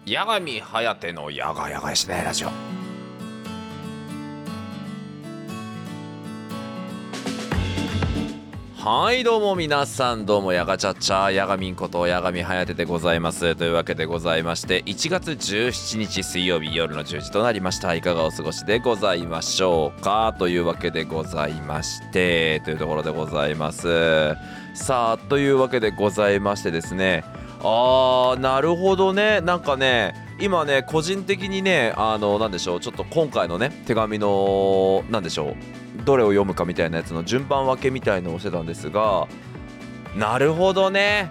八神颯のやがやがやしないラジオ。はいどうも皆さん、どうもやがちゃっちゃやがみんことやがみはやてでございます。というわけでございまして、1月17日水曜日夜の10時となりました。いかがお過ごしでございましょうか。というわけでございましてというところでございます。さあというわけでございましてですね、なるほどね。なんかね、今ね個人的にねなんでしょう、ちょっと今回のね手紙のなんでしょう、どれを読むかみたいなやつの順番分けみたいのをしてたんですが、なるほどね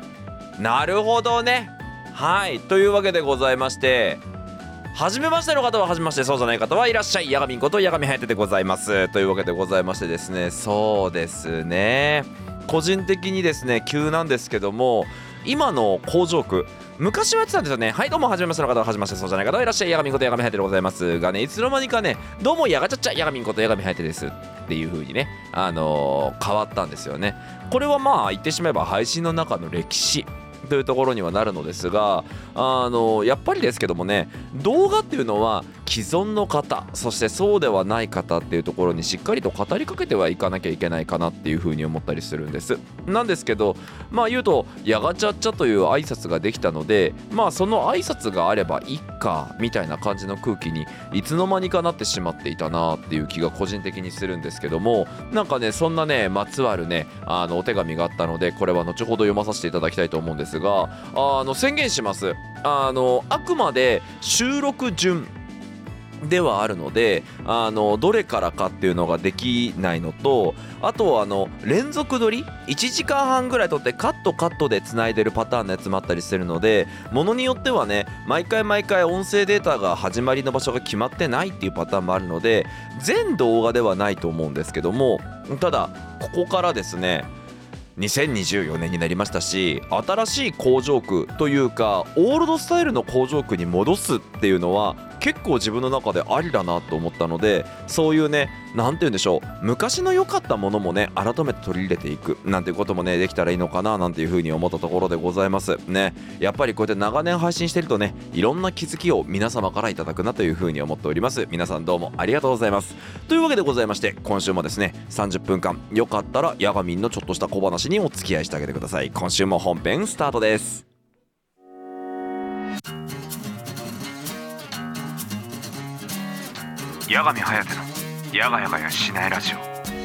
はいというわけでございまして、初めましての方は初めまして、そうじゃない方はいらっしゃい。やがみんことやがみはやてでございますというわけでございましてですね、そうですね、個人的にですね急なんですけども、今の工場区昔はやってたんですよね。はいどうも初めましての方は初めまして、そうじゃない方はいらっしゃい。やがみんことやがみはやてでございますがね、いつの間にかね、どうもやがちゃっちゃやがみんことやがみはやてですっていう風にね変わったんですよね。これはまあ言ってしまえば配信の中の歴史というところにはなるのですが、やっぱりですけどもね、動画っていうのは既存の方、そしてそうではない方っていうところにしっかりと語りかけてはいかなきゃいけないかなっていうふうに思ったりするんです。なんですけど、まあ言うとやがちゃっちゃという挨拶ができたので、まあその挨拶があればいいかみたいな感じの空気にいつの間にかなってしまっていたなっていう気が個人的にするんですけども、なんかねそんなねまつわるねお手紙があったので、これは後ほど読まさせていただきたいと思うんですが、宣言します。あくまで収録順ではあるので、どれからかっていうのができないのと、あと連続撮り1時間半ぐらい撮ってカットでつないでるパターンのやつもあったりするので、ものによってはね毎回音声データが始まりの場所が決まってないっていうパターンもあるので、全動画ではないと思うんですけども、ただここからですね2024年になりましたし、新しい工場区というかオールドスタイルの工場区に戻すっていうのは結構自分の中でありだなと思ったので、そういうねなんて言うんでしょう、昔の良かったものもね改めて取り入れていくなんていうこともねできたらいいのかななんていう風に思ったところでございますね。やっぱりこうやって長年配信してるとね、いろんな気づきを皆様からいただくなという風に思っております。皆さんどうもありがとうございます。というわけでございまして、今週もですね30分間よかったらやがみんのちょっとした小話にお付き合いしてあげてください。今週も本編スタートです。八神颯のやがやがやしないラジオ。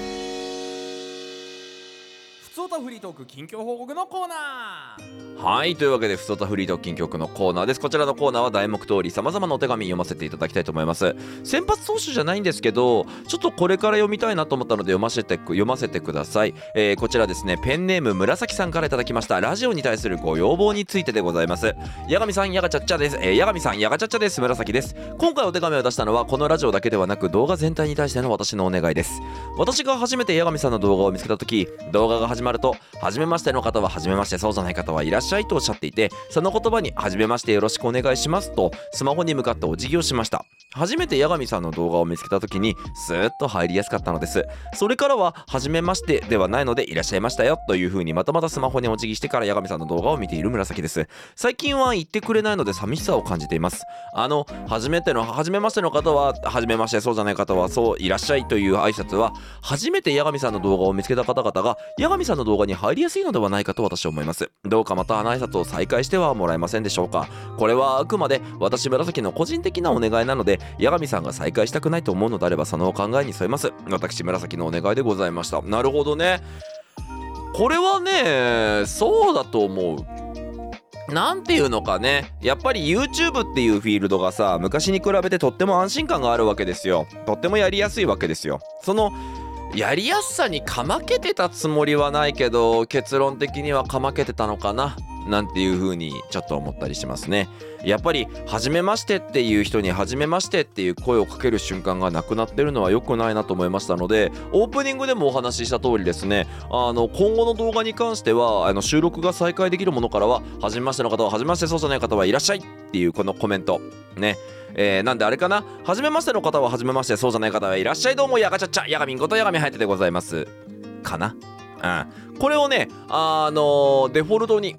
ふつおたフリートーク近況報告のコーナー。はい、というわけでふつおたフリートーク近況のコーナーです。こちらのコーナーは題目通り様々なお手紙読ませていただきたいと思います。先発投手じゃないんですけど、ちょっとこれから読みたいなと思ったので読ませてください。こちらですね、ペンネーム紫さんからいただきましたラジオに対するご要望についてでございます。やがみさんやがちゃっちゃです。やがみさんやがちゃっちゃです。紫です。今回お手紙を出したのはこのラジオだけではなく動画全体に対しての私のお願いです。私が初めてやがみさんの動画を見つけた時、動画が始まると初めましての方は初めまして、そうじゃない方はいらっしゃいとおっしゃっていて、その言葉に初めましてよろしくお願いしますとスマホに向かってお辞儀をしました。初めてやがみさんの動画を見つけた時にスーッと入りやすかったのです。それからは初めましてではないのでいらっしゃいましたよという風にまたスマホにお辞儀してからやがみさんの動画を見ている紫です。最近は言ってくれないので寂しさを感じています。初めましての方は初めまして、そうじゃない方はそういらっしゃいという挨拶は初めてやがみさんの動画を見つけた方々がやがみさんの動画に入りやすいのではないかと私は思います。どうかまた挨拶を再開してはもらえませんでしょうか。これはあくまで私紫の個人的なお願いなので、八神さんが再開したくないと思うのであればそのお考えに添えます。私紫のお願いでございました。なるほどね、これはねそうだと思う。なんていうのかね、やっぱり YouTube っていうフィールドがさ、昔に比べてとっても安心感があるわけですよ。とってもやりやすいわけですよ。そのやりやすさにかまけてたつもりはないけど、結論的にはかまけてたのかななんていう風にちょっと思ったりしますね。やっぱり初めましてっていう人に初めましてっていう声をかける瞬間がなくなってるのは良くないなと思いましたので、オープニングでもお話しした通りですね、今後の動画に関しては収録が再開できるものからは初めましての方は初めまして、そうじゃない方はいらっしゃいっていうこのコメントね、なんであれかな、初めましての方は初めまして、そうじゃない方はいらっしゃい、どうもやがちゃっちゃやがみんことやがみはやてでございますかな。これをねデフォルトに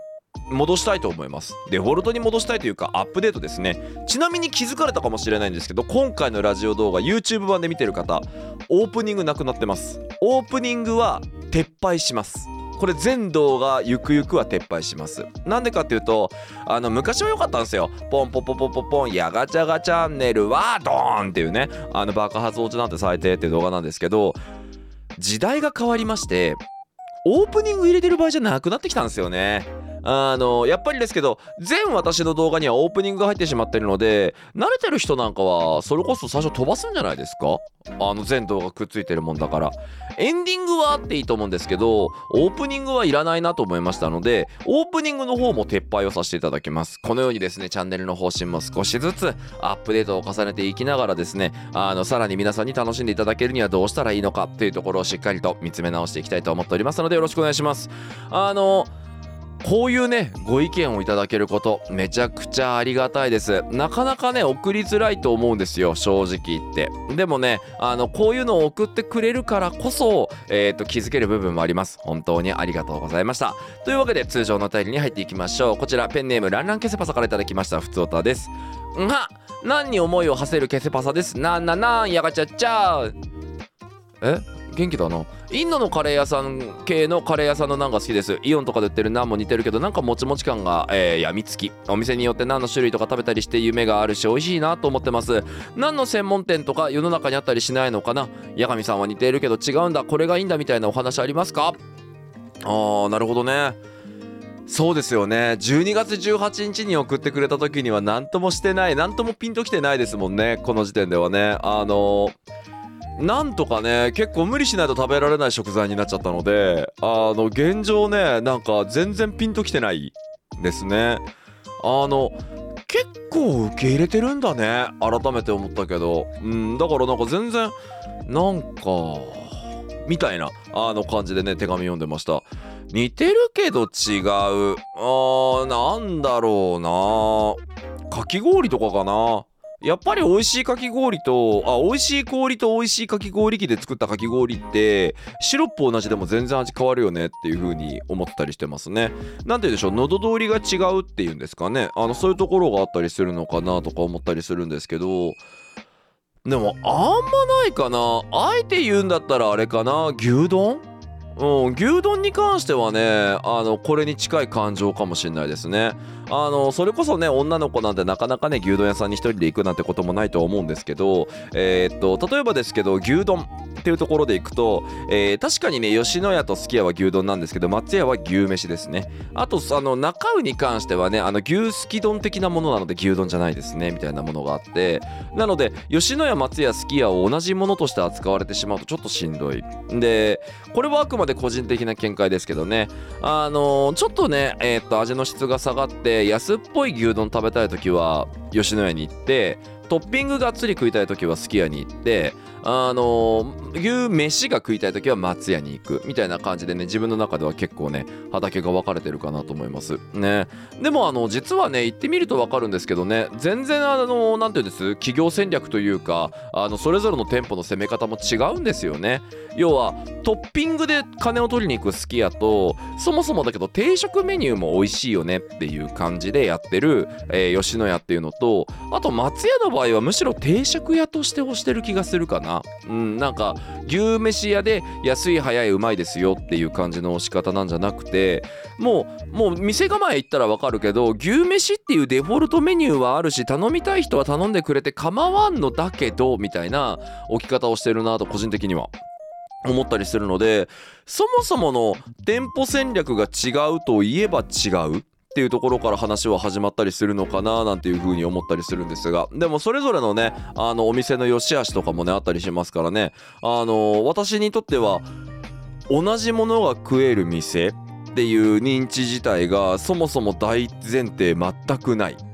戻したいと思います。デフォルトに戻したいというかアップデートですね。ちなみに気づかれたかもしれないんですけど、今回のラジオ動画 YouTube 版で見てる方、オープニングなくなってます。オープニングは撤廃します。これ全動画ゆくゆくは撤廃します。なんでかっていうと、昔は良かったんですよ。ポンポポポポポンやガチャガチャンネルはドーンっていうね、爆発落ちなんて最低っていう動画なんですけど、時代が変わりましてオープニング入れてる場合じゃなくなってきたんですよね。やっぱりですけど、全私の動画にはオープニングが入ってしまってるので、慣れてる人なんかはそれこそ最初飛ばすんじゃないですか。全動画くっついてるもんだから。エンディングはあっていいと思うんですけど、オープニングはいらないなと思いましたので、オープニングの方も撤廃をさせていただきます。このようにですね、チャンネルの方針も少しずつアップデートを重ねていきながらですね、さらに皆さんに楽しんでいただけるにはどうしたらいいのかっていうところをしっかりと見つめ直していきたいと思っておりますので、よろしくお願いします。こういうねご意見をいただけることめちゃくちゃありがたいです。なかなかね送りづらいと思うんですよ、正直言って。でもねこういうのを送ってくれるからこそ、気づける部分もあります。本当にありがとうございました。というわけで通常のお便りに入っていきましょう。こちらペンネームランランケセパサからいただきました。ふつおたです。何に思いを馳せるケセパサです。なんやがちゃっちゃ元気だな。インドのカレー屋さん系のカレー屋さんのナンが好きです。イオンとかで売ってるナンも似てるけど、なんかもちもち感が、やみつき。お店によってナンの種類とか食べたりして夢があるし美味しいなと思ってます。ナンの専門店とか世の中にあったりしないのかな。八神さんは似ているけど違うんだ、これがいいんだみたいなお話ありますか。なるほどね。そうですよね。12月18日に送ってくれた時には何ともしてない、何ともピンときてないですもんね、この時点ではね。なんとかね結構無理しないと食べられない食材になっちゃったので、現状ねなんか全然ピンときてないですね。結構受け入れてるんだね、改めて思ったけど。だからなんか全然なんかみたいな感じでね手紙読んでました。似てるけど違う。なんだろうな、かき氷とかかな。やっぱり美味しいかき氷と美味しい氷と美味しいかき氷機で作ったかき氷ってシロップ同じでも全然味変わるよねっていう風に思ったりしてますね。なんて言うんでしょう、喉通りが違うっていうんですかね。そういうところがあったりするのかなとか思ったりするんですけど、でもあんまないかな。あえて言うんだったらあれかな、牛丼。牛丼に関してはねこれに近い感情かもしれないですね。それこそね女の子なんてなかなかね牛丼屋さんに一人で行くなんてこともないと思うんですけど、例えばですけど牛丼っていうところで行くと、確かにね吉野家とすき家は牛丼なんですけど松屋は牛飯ですね。あと中尾に関してはね牛すき丼的なものなので牛丼じゃないですねみたいなものがあって、なので吉野家松屋すき家を同じものとして扱われてしまうとちょっとしんどいで、これはあくまで個人的な見解ですけどね、ちょっとね味の質が下がって安っぽい牛丼食べたい時は吉野家に行って、トッピングがっつり食いたい時はすき家に行って、牛飯が食いたい時は松屋に行くみたいな感じでね、自分の中では結構ね畑が分かれてるかなと思いますね。でも実はね行ってみると分かるんですけどね、全然なんていうんです、企業戦略というかそれぞれの店舗の攻め方も違うんですよね。要はトッピングで金を取りに行くすき家と、そもそもだけど定食メニューも美味しいよねっていう感じでやってる、吉野家っていうのと、あと松屋の場合はむしろ定食屋として推してる気がするかな。なんか牛飯屋で安い早いうまいですよっていう感じの推し方なんじゃなくて、もう店構え行ったらわかるけど、牛飯っていうデフォルトメニューはあるし頼みたい人は頼んでくれて構わんのだけどみたいな置き方をしてるなと個人的には思ったりするので、そもそもの店舗戦略が違うといえば違うっていうところから話は始まったりするのかななんていう風に思ったりするんですが、でもそれぞれのねお店の良し悪しとかもねあったりしますからね、私にとっては同じものが食える店っていう認知自体がそもそも大前提全くない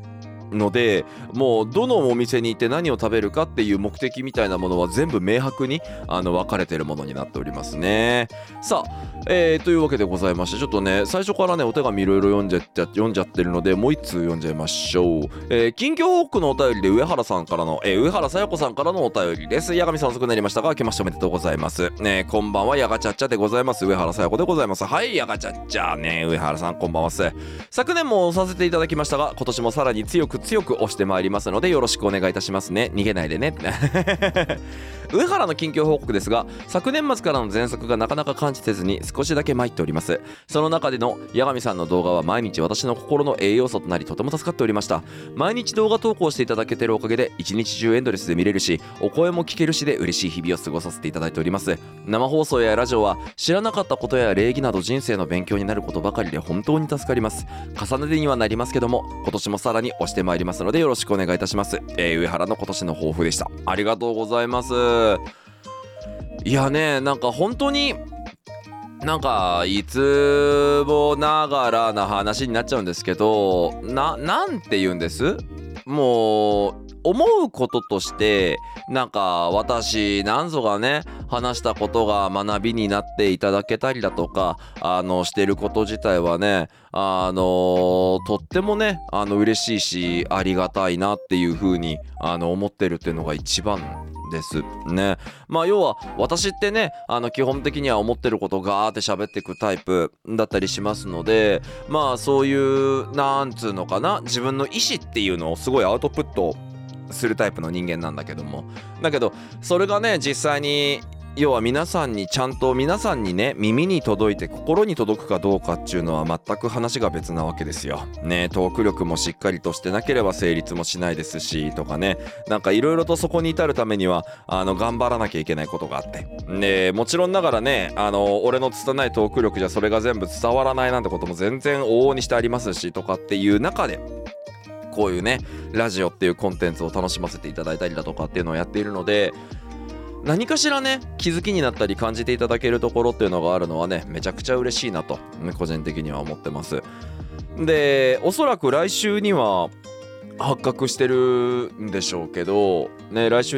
ので、もうどのお店に行って何を食べるかっていう目的みたいなものは全部明白に分かれてるものになっておりますね。さあ、というわけでございまして、ちょっとね最初からねお手紙いろいろ読んじゃってるので、もう一通読んじゃいましょう。近況報告のお便りで上原さんからの、上原さや子さんからのお便りです。八神さん遅くなりましたが明けましておめでとうございます。こんばんは、やがちゃっちゃでございます。上原さや子でございます。はい、やがちゃっちゃね、上原さんこんばんは。昨年もさせていただきましたが、今年もさらに強く押してまいりますのでよろしくお願いいたしますね。逃げないでね上原の近況報告ですが、昨年末からの前作がなかなか感じせずに少しだけ参っております。その中での八神さんの動画は毎日私の心の栄養素となり、とても助かっておりました。毎日動画投稿していただけてるおかげで一日中エンドレスで見れるし、お声も聞けるしで嬉しい日々を過ごさせていただいております。生放送やラジオは知らなかったことや礼儀など人生の勉強になることばかりで本当に助かります。重ねてにはなりますけども、今年もさらに押してまいりますのでよろしくお願いいたします。上原の今年の抱負でした。ありがとうございます。いやね、なんか本当にいつもながらな話になっちゃうんですけど、なんて言うんです、もう思うこととして、私なんぞがね話したことが学びになっていただけたりだとかしてること自体はねとってもね嬉しいしありがたいなっていう風に思ってるっていうのが一番ですね。要は私ってね基本的には思ってることをガーって喋っていくタイプだったりしますので、そういうなんつうのかな、自分の意思っていうのをすごいアウトプットするタイプの人間なんだけどそれがね実際に要は皆さんにね耳に届いて心に届くかどうかっていうのは全く話が別なわけですよね。トーク力もしっかりとしてなければ成立もしないですしとかね、いろいろとそこに至るためには頑張らなきゃいけないことがあって、でもちろんながらね俺の拙いトーク力じゃそれが全部伝わらないなんてことも全然往々にしてありますしとかっていう中で、こういうねラジオっていうコンテンツを楽しませていただいたりだとかっていうのをやっているので、何かしらね気づきになったり感じていただけるところっていうのがあるのはねめちゃくちゃ嬉しいなと個人的には思ってます。でおそらく来週には発覚してるんでしょうけどね、私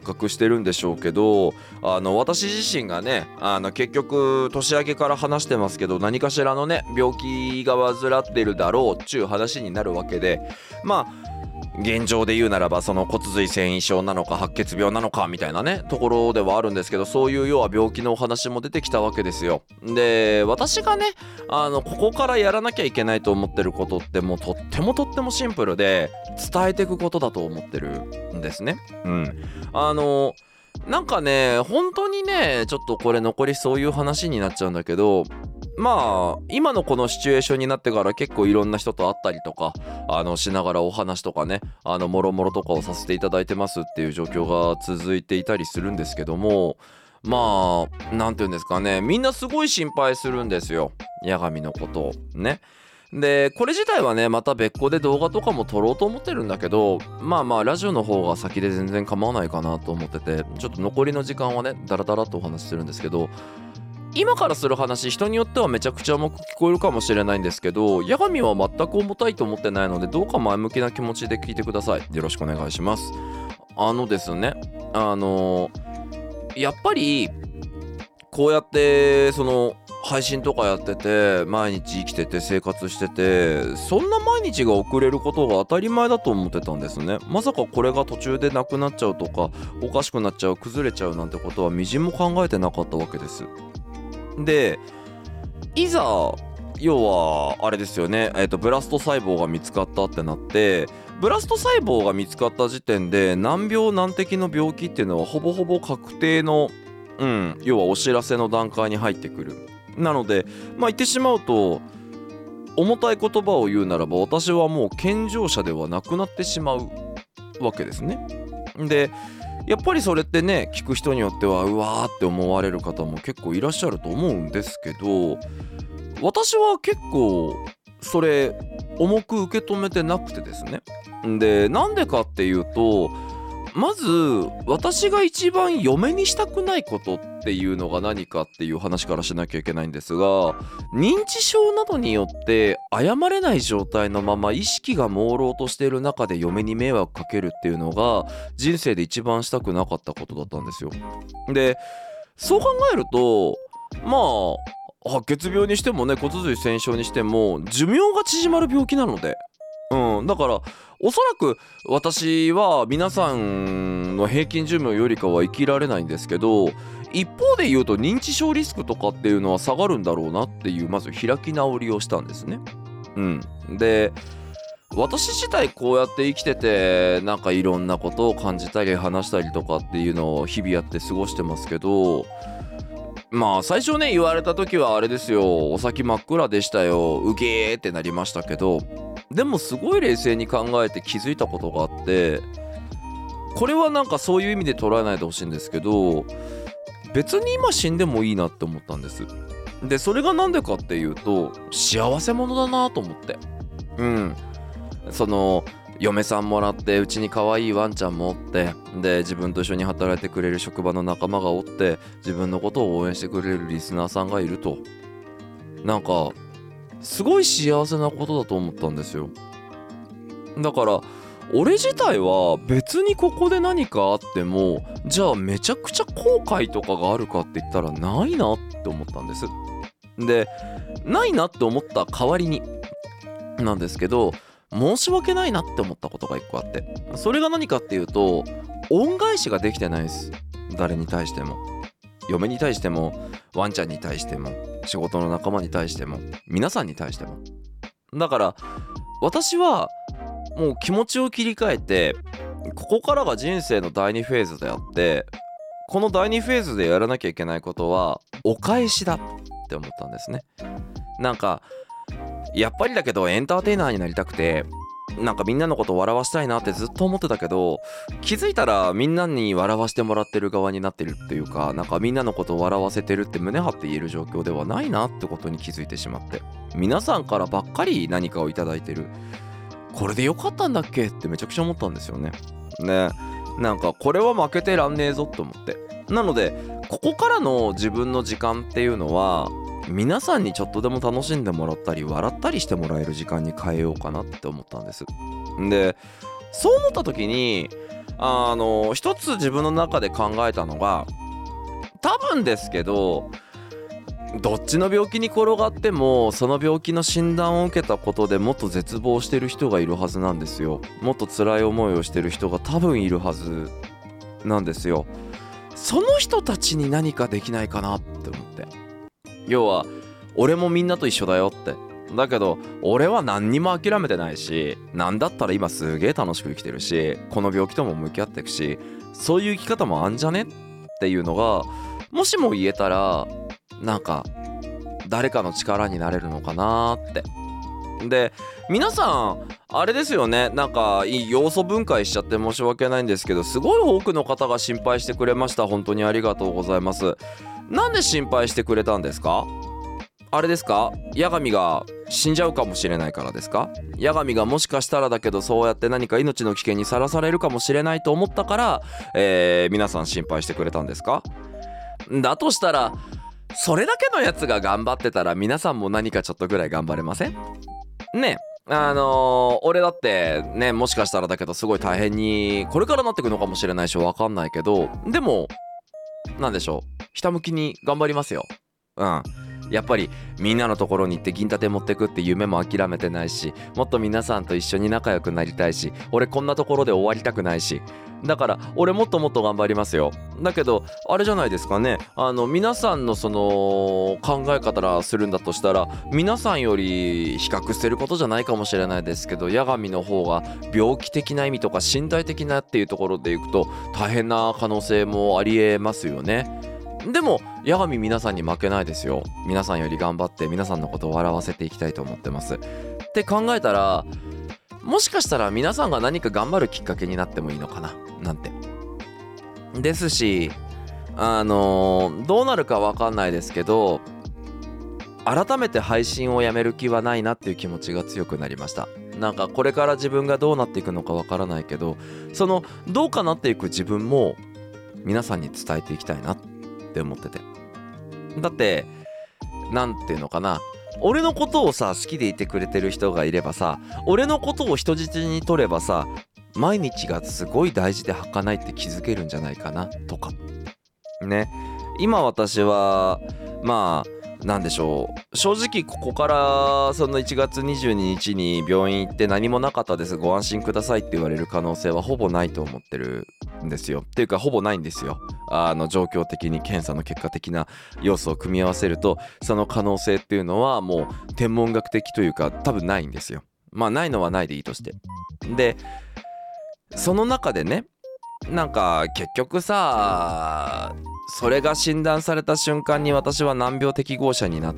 自身がね結局年明けから話してますけど、何かしらのね病気が患ってるだろうっちゅう話になるわけで、現状で言うならばその骨髄繊維症なのか白血病なのかみたいなねところではあるんですけど、そういう要は病気のお話も出てきたわけですよ。で私がねここからやらなきゃいけないと思ってることってもうとってもシンプルで伝えていくことだと思ってるんですね。本当にねちょっとこれ残りそういう話になっちゃうんだけど、今のこのシチュエーションになってから結構いろんな人と会ったりとかしながらお話とかねもろもろとかをさせていただいてますっていう状況が続いていたりするんですけども、なんていうんですかね、みんなすごい心配するんですよ、八神のことをね。でこれ自体はねまた別個で動画とかも撮ろうと思ってるんだけど、ラジオの方が先で全然構わないかなと思ってて、ちょっと残りの時間はねダラダラとお話しするんですけど、今からする話人によってはめちゃくちゃ重く聞こえるかもしれないんですけど、八神は全く重たいと思ってないのでどうか前向きな気持ちで聞いてください。よろしくお願いします。ですねやっぱりこうやってその配信とかやってて毎日生きてて生活してて、そんな毎日が送れることが当たり前だと思ってたんですね。まさかこれが途中でなくなっちゃうとかおかしくなっちゃう崩れちゃうなんてことはみじんも考えてなかったわけです。でいざ要はあれですよね、ブラスト細胞が見つかったってなって、ブラスト細胞が見つかった時点で難病難敵の病気っていうのはほぼほぼ確定の要はお知らせの段階に入ってくる。なので言ってしまうと重たい言葉を言うならば私はもう健常者ではなくなってしまうわけですね。でやっぱりそれってね聞く人によってはうわーって思われる方も結構いらっしゃると思うんですけど、私は結構それ重く受け止めてなくてですね。でなんでかっていうと、まず私が一番嫁にしたくないことっっていうのが何かっていう話からしなきゃいけないんですが、認知症などによって謝れない状態のまま意識が朦朧としている中で嫁に迷惑かけるっていうのが人生で一番したくなかったことだったんですよ。で、そう考えると、まあ白血病にしてもね、骨髄腺症にしても寿命が縮まる病気なので、だからおそらく私は皆さんの平均寿命よりかは生きられないんですけど、一方で言うと認知症リスクとかっていうのは下がるんだろうなっていう、まず開き直りをしたんですね。で、私自体こうやって生きてて、なんかいろんなことを感じたり話したりとかっていうのを日々やって過ごしてますけど、まあ最初ね言われた時はあれですよ、お先真っ暗でしたよ、うげーってなりましたけど、でもすごい冷静に考えて気づいたことがあって、これはなんかそういう意味で捉えないでほしいんですけど、別に今死んでもいいなって思ったんです。で、それがなんでかっていうと、幸せ者だなと思って。その嫁さんもらって、うちに可愛いワンちゃんもおって、で自分と一緒に働いてくれる職場の仲間がおって、自分のことを応援してくれるリスナーさんがいると、なんかすごい幸せなことだと思ったんですよ。だから俺自体は別にここで何かあっても、じゃあめちゃくちゃ後悔とかがあるかって言ったらないなって思ったんです。で、ないなって思った代わりになんですけど、申し訳ないなって思ったことが一個あって、それが何かっていうと、恩返しができてないです。誰に対しても、嫁に対しても、ワンちゃんに対しても、仕事の仲間に対しても、皆さんに対しても。だから私はもう気持ちを切り替えて、ここからが人生の第2フェーズであって、この第2フェーズでやらなきゃいけないことはお返しだって思ったんですね。なんかやっぱりだけどエンターテイナーになりたくて、なんかみんなのことを笑わしたいなってずっと思ってたけど、気づいたらみんなに笑わせてもらってる側になってるっていうか、なんかみんなのことを笑わせてるって胸張って言える状況ではないなってことに気づいてしまって、皆さんからばっかり何かをいただいてる、これでよかったんだっけってめちゃくちゃ思ったんですよね。なんかこれは負けてらんねえぞと思って、なのでここからの自分の時間っていうのは、皆さんにちょっとでも楽しんでもらったり笑ったりしてもらえる時間に変えようかなって思ったんです。で、そう思った時に一つ自分の中で考えたのが、多分ですけど、どっちの病気に転がってもその病気の診断を受けたことでもっと絶望してる人がいるはずなんですよ。もっと辛い思いをしてる人が多分いるはずなんですよ。その人たちに何かできないかなって思って、要は俺もみんなと一緒だよって、だけど俺は何にも諦めてないし、なんだったら今すげえ楽しく生きてるし、この病気とも向き合っていくし、そういう生き方もあんじゃねっていうのがもしも言えたら、なんか誰かの力になれるのかなって。で、皆さんあれですよね、なんか要素分解しちゃって申し訳ないんですけど、すごい多くの方が心配してくれました。本当にありがとうございます。なんで心配してくれたんですか？あれですか？八神が死んじゃうかもしれないからですか？八神がもしかしたらだけどそうやって何か命の危険にさらされるかもしれないと思ったから、皆さん心配してくれたんですか？だとしたらそれだけのやつが頑張ってたら、皆さんも何かちょっとぐらい頑張れません？ね。俺だってね、もしかしたらだけどすごい大変にこれからなってくのかもしれないし、わかんないけど、でもなんでしょう、ひたむきに頑張りますよ。やっぱりみんなのところに行って銀盾持ってくって夢も諦めてないし、もっと皆さんと一緒に仲良くなりたいし、俺こんなところで終わりたくないし、だから俺もっともっと頑張りますよ。だけどあれじゃないですかね、皆さんのその考え方からするんだとしたら、皆さんより比較してることじゃないかもしれないですけど、八神の方が病気的な意味とか身体的なっていうところでいくと大変な可能性もありえますよね。でも八神皆さんに負けないですよ。皆さんより頑張って皆さんのことを笑わせていきたいと思ってますって考えたら、もしかしたら皆さんが何か頑張るきっかけになってもいいのかななんて。ですし、どうなるか分かんないですけど、改めて配信をやめる気はないなっていう気持ちが強くなりました。なんかこれから自分がどうなっていくのか分からないけど、そのどうかなっていく自分も皆さんに伝えていきたいなっって思ってて。だってなんていうのかな、俺のことをさ好きでいてくれてる人がいればさ、俺のことを人質に取ればさ、毎日がすごい大事で儚いって気づけるんじゃないかなとかね。今私はまあなんでしょう、正直ここからその1月22日に病院行って何もなかったです、ご安心くださいって言われる可能性はほぼないと思ってるんですよ。っていうかほぼないんですよ。状況的に検査の結果的な要素を組み合わせると、その可能性っていうのはもう天文学的というか多分ないんですよ。まあないのはないでいいとして、でその中でね、なんか結局さ、それが診断された瞬間に私は難病適合者になって、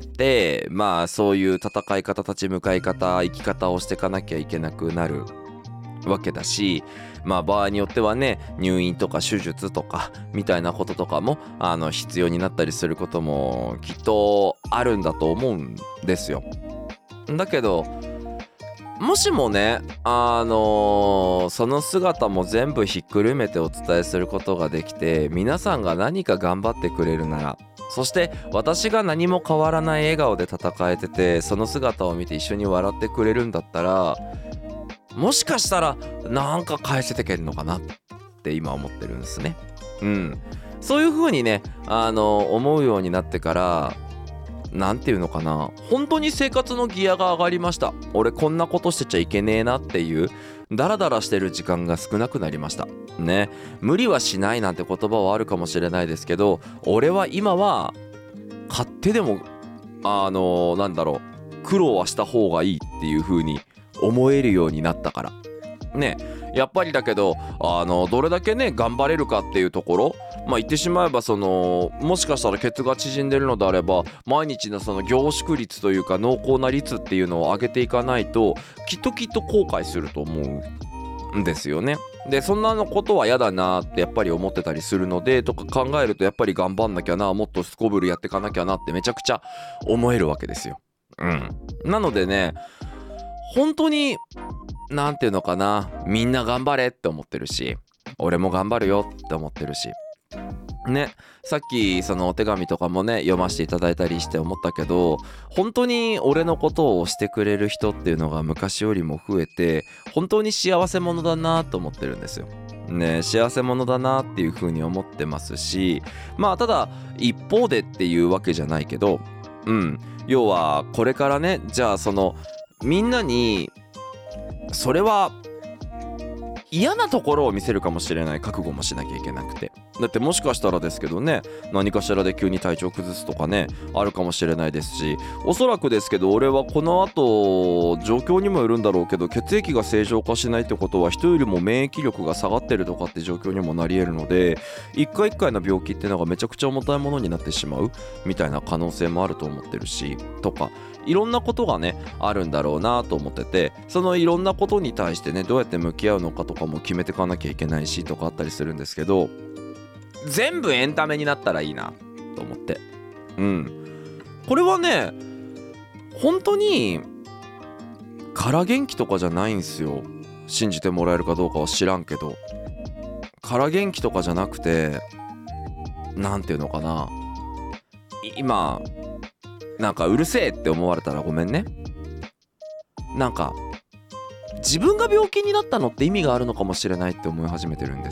まあそういう戦い方、立ち向かい方、生き方をしていかなきゃいけなくなるわけだし、まあ場合によってはね、入院とか手術とかみたいなこととかも必要になったりすることもきっとあるんだと思うんですよ。だけどもしもね、その姿も全部ひっくるめてお伝えすることができて、皆さんが何か頑張ってくれるなら、そして私が何も変わらない笑顔で戦えてて、その姿を見て一緒に笑ってくれるんだったら、もしかしたらなんか返せてけんのかなって今思ってるんですね。そういう風にね、思うようになってから、なんていうのかな、本当に生活のギアが上がりました。俺こんなことしてちゃいけねえなっていうダラダラしてる時間が少なくなりましたね。無理はしないなんて言葉はあるかもしれないですけど、俺は今は勝手でもなんだろう、苦労はした方がいいっていう風に思えるようになったからね。やっぱりだけどどれだけね頑張れるかっていうところ、まあ言ってしまえばもしかしたらケツが縮んでるのであれば、毎日のその凝縮率というか濃厚な率っていうのを上げていかないときっと後悔すると思うんですよね。でそんなのことは嫌だなってやっぱり思ってたりするので、とか考えるとやっぱり頑張んなきゃな、もっとすこぶるやってかなきゃなってめちゃくちゃ思えるわけですよ。なのでね、本当になんていうのかな、みんな頑張れって思ってるし、俺も頑張るよって思ってるしね。さっきそのお手紙とかもね読ませていただいたりして思ったけど、本当に俺のことをしてくれる人っていうのが昔よりも増えて、本当に幸せ者だなと思ってるんですよね。幸せ者だなっていう風に思ってますし、まあただ一方でっていうわけじゃないけど、要はこれからね、じゃあそのみんなにそれは嫌なところを見せるかもしれない覚悟もしなきゃいけなくて、だってもしかしたらですけどね、何かしらで急に体調崩すとかねあるかもしれないですし、おそらくですけど俺はこの後状況にもよるんだろうけど、血液が正常化しないってことは人よりも免疫力が下がってるとかって状況にもなり得るので、一回一回の病気っていうのがめちゃくちゃ重たいものになってしまうみたいな可能性もあると思ってるし、とかいろんなことがねあるんだろうなと思ってて、そのいろんなことに対してねどうやって向き合うのかとかも決めていかなきゃいけないしとかあったりするんですけど、全部エンタメになったらいいなと思って、これはね本当にから元気とかじゃないんすよ。信じてもらえるかどうかは知らんけど、から元気とかじゃなくて、なんていうのかな、今なんかうるせえって思われたらごめんね。なんか自分が病気になったのって意味があるのかもしれないって思い始めてるんです。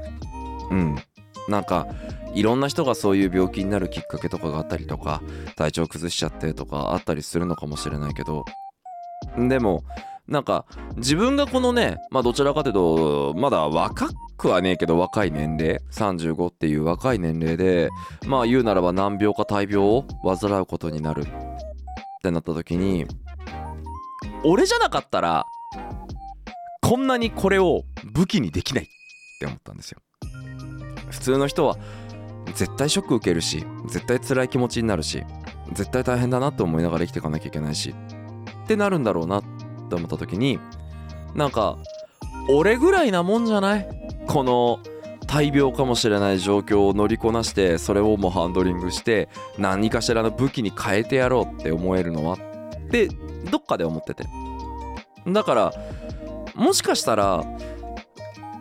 なんかいろんな人がそういう病気になるきっかけとかがあったりとか、体調崩しちゃってとかあったりするのかもしれないけど、でもなんか自分がこのね、まあどちらかというとまだ若くはねえけど若い年齢35っていう若い年齢で、まあ言うならば難病か大病を患うことになるってなった時に、俺じゃなかったらこんなにこれを武器にできないって思ったんですよ。普通の人は絶対ショック受けるし、絶対辛い気持ちになるし、絶対大変だなって思いながら生きていかなきゃいけないしってなるんだろうなって思った時に、なんか俺ぐらいなもんじゃない、この大病かもしれない状況を乗りこなして、それをもうハンドリングして何かしらの武器に変えてやろうって思えるのはってどっかで思ってて、だからもしかしたら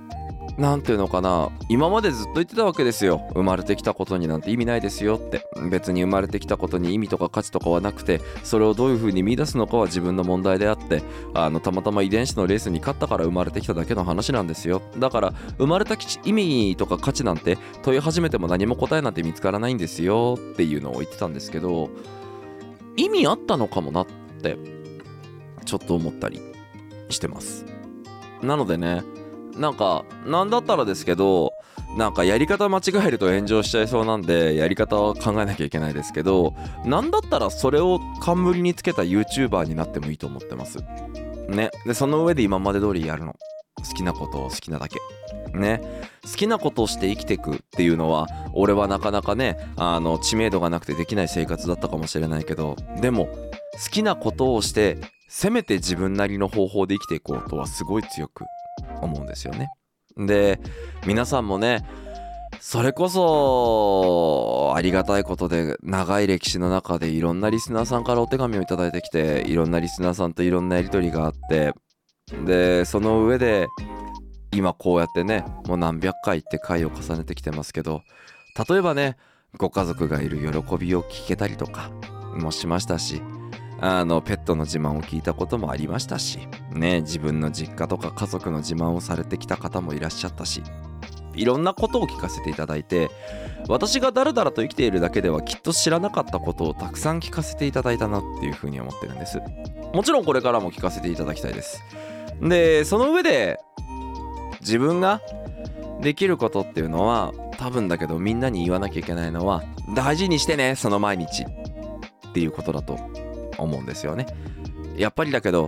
なんていうのかな、今までずっと言ってたわけですよ。生まれてきたことになんて意味ないですよって。別に生まれてきたことに意味とか価値とかはなくて、それをどういう風に見出すのかは自分の問題であって、たまたま遺伝子のレースに勝ったから生まれてきただけの話なんですよ。だから生まれた意味とか価値なんて問い始めても何も答えなんて見つからないんですよっていうのを言ってたんですけど、意味あったのかもなってちょっと思ったりしてます。なのでね、なんだったらですけど、やり方間違えると炎上しちゃいそうなんで、やり方は考えなきゃいけないですけど、なんだったらそれを冠につけた YouTuber になってもいいと思ってますね。でその上で今まで通りやるの、好きなことを好きなだけね。好きなことをして生きていくっていうのは、俺はなかなかね、知名度がなくてできない生活だったかもしれないけど、でも好きなことをしてせめて自分なりの方法で生きていこうとはすごい強く思うんですよね。で皆さんもね、それこそありがたいことで長い歴史の中でいろんなリスナーさんからお手紙をいただいてきて、いろんなリスナーさんといろんなやり取りがあって、でその上で今こうやってね、もう何百回って回を重ねてきてますけど、例えばね、ご家族がいる喜びを聞けたりとかもしましたし、ペットの自慢を聞いたこともありましたしね、自分の実家とか家族の自慢をされてきた方もいらっしゃったし、いろんなことを聞かせていただいて、私がだらだらと生きているだけではきっと知らなかったことをたくさん聞かせていただいたなっていうふうに思ってるんです。もちろんこれからも聞かせていただきたいです。でその上で自分ができることっていうのは、多分だけどみんなに言わなきゃいけないのは、大事にしてねその毎日っていうことだと思うんですよね。やっぱりだけど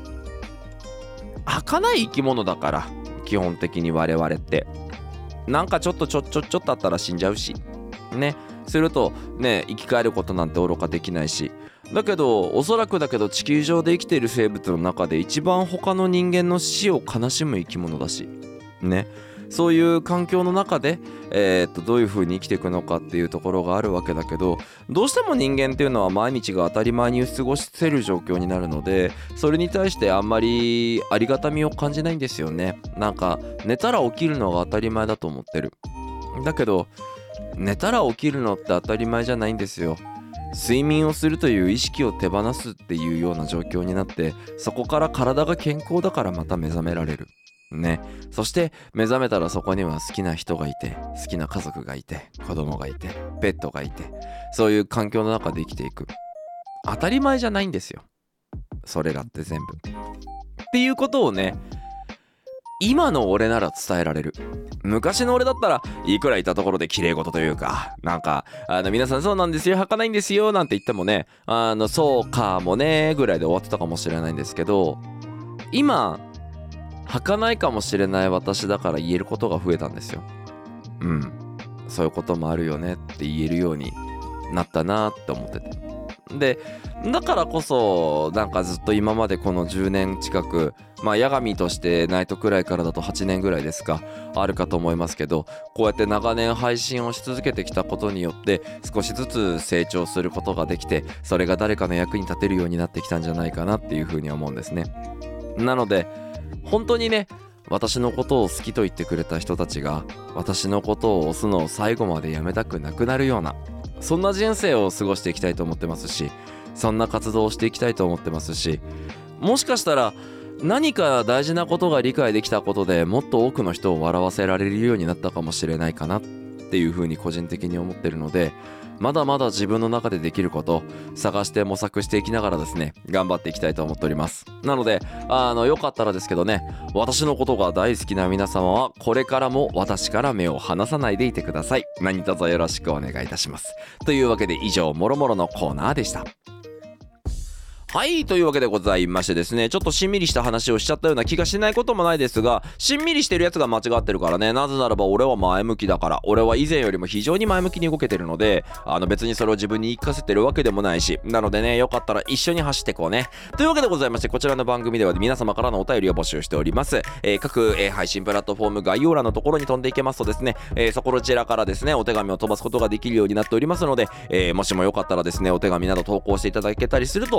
儚い生き物だから、基本的に我々ってちょっとあったら死んじゃうしね。するとね、生き返ることなんて愚かできないし、だけどおそらくだけど地球上で生きている生物の中で一番他の人間の死を悲しむ生き物だしね。そういう環境の中で、どういう風に生きていくのかっていうところがあるわけだけど、どうしても人間っていうのは毎日が当たり前に過ごせる状況になるので、それに対してあんまりありがたみを感じないんですよね。寝たら起きるのが当たり前だと思ってる。だけど寝たら起きるのって当たり前じゃないんですよ。睡眠をするという意識を手放すっていうような状況になって、そこから体が健康だからまた目覚められるね。そして目覚めたらそこには好きな人がいて、好きな家族がいて、子供がいて、ペットがいて、そういう環境の中で生きていく。当たり前じゃないんですよ、それらって全部。っていうことをね、今の俺なら伝えられる。昔の俺だったらいくら言ったところで綺麗事というか、皆さんそうなんですよ、儚いんですよなんて言ってもね、そうかもねぐらいで終わってたかもしれないんですけど、今儚いかもしれない私だから言えることが増えたんですよ。そういうこともあるよねって言えるようになったなって思ってて、でだからこそずっと今までこの10年近く、八神としてナイトくらいからだと8年ぐらいですか、あるかと思いますけど、こうやって長年配信をし続けてきたことによって少しずつ成長することができて、それが誰かの役に立てるようになってきたんじゃないかなっていうふうに思うんですね。なので本当にね、私のことを好きと言ってくれた人たちが私のことを押すのを最後までやめたくなくなるような、そんな人生を過ごしていきたいと思ってますし、そんな活動をしていきたいと思ってますし、もしかしたら何か大事なことが理解できたことでもっと多くの人を笑わせられるようになったかもしれないかなっていうふうに個人的に思ってるので、まだまだ自分の中でできること探して模索していきながらですね、頑張っていきたいと思っております。なのでよかったらですけどね、私のことが大好きな皆様はこれからも私から目を離さないでいてください。何卒よろしくお願いいたします。というわけで以上、もろもろのコーナーでした。はい、というわけでございましてですね、ちょっとしんみりした話をしちゃったような気がしないこともないですが、しんみりしてるやつが間違ってるからね。なぜならば俺は前向きだから、俺は以前よりも非常に前向きに動けてるので、別にそれを自分に言い聞かせてるわけでもないし、なのでね、よかったら一緒に走ってこうね。というわけでございまして、こちらの番組では皆様からのお便りを募集しております。各、配信プラットフォーム概要欄のところに飛んでいけますとですね、そこちらからですね、お手紙を飛ばすことができるようになっておりますので、もしもよかったらですね、お手紙など投稿していただけたりすると、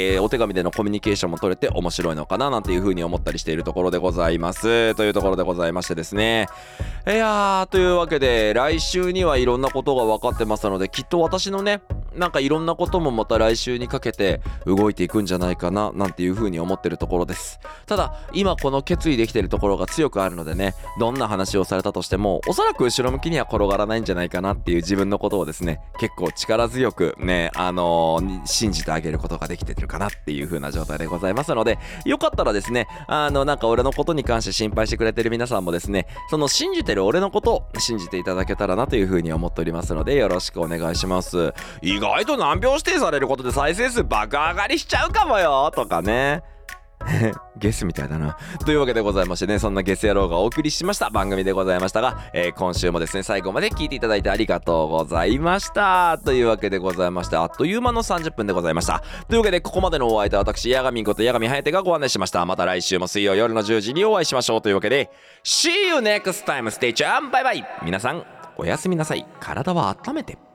お手紙でのコミュニケーションも取れて面白いのかななんていう風に思ったりしているところでございますというところでございましてですね。いやー、というわけで来週にはいろんなことが分かってますので、きっと私のねなんかいろんなこともまた来週にかけて動いていくんじゃないかななんていう風に思ってるところです。ただ今この決意できてるところが強くあるのでね、どんな話をされたとしてもおそらく後ろ向きには転がらないんじゃないかなっていう自分のことをですね、結構力強くね信じてあげることができてるかなっていう風な状態でございますので、よかったらですねなんか俺のことに関して心配してくれてる皆さんもですね、その信じてる俺のことを信じていただけたらなという風に思っておりますので、よろしくお願いします。意外と難病指定されることで再生数爆上がりしちゃうかもよとかねゲスみたいだな。というわけでございましてね、そんなゲス野郎がお送りしました番組でございましたが、今週もですね最後まで聞いていただいてありがとうございました。というわけでございまして、あっという間の30分でございました。というわけでここまでのお相手は私ヤガミンことヤガミハヤテがご案内しました。また来週も水曜夜の10時にお会いしましょうというわけで See you next time. Stay tuned. バイバイ。皆さんおやすみなさい。体は温めて。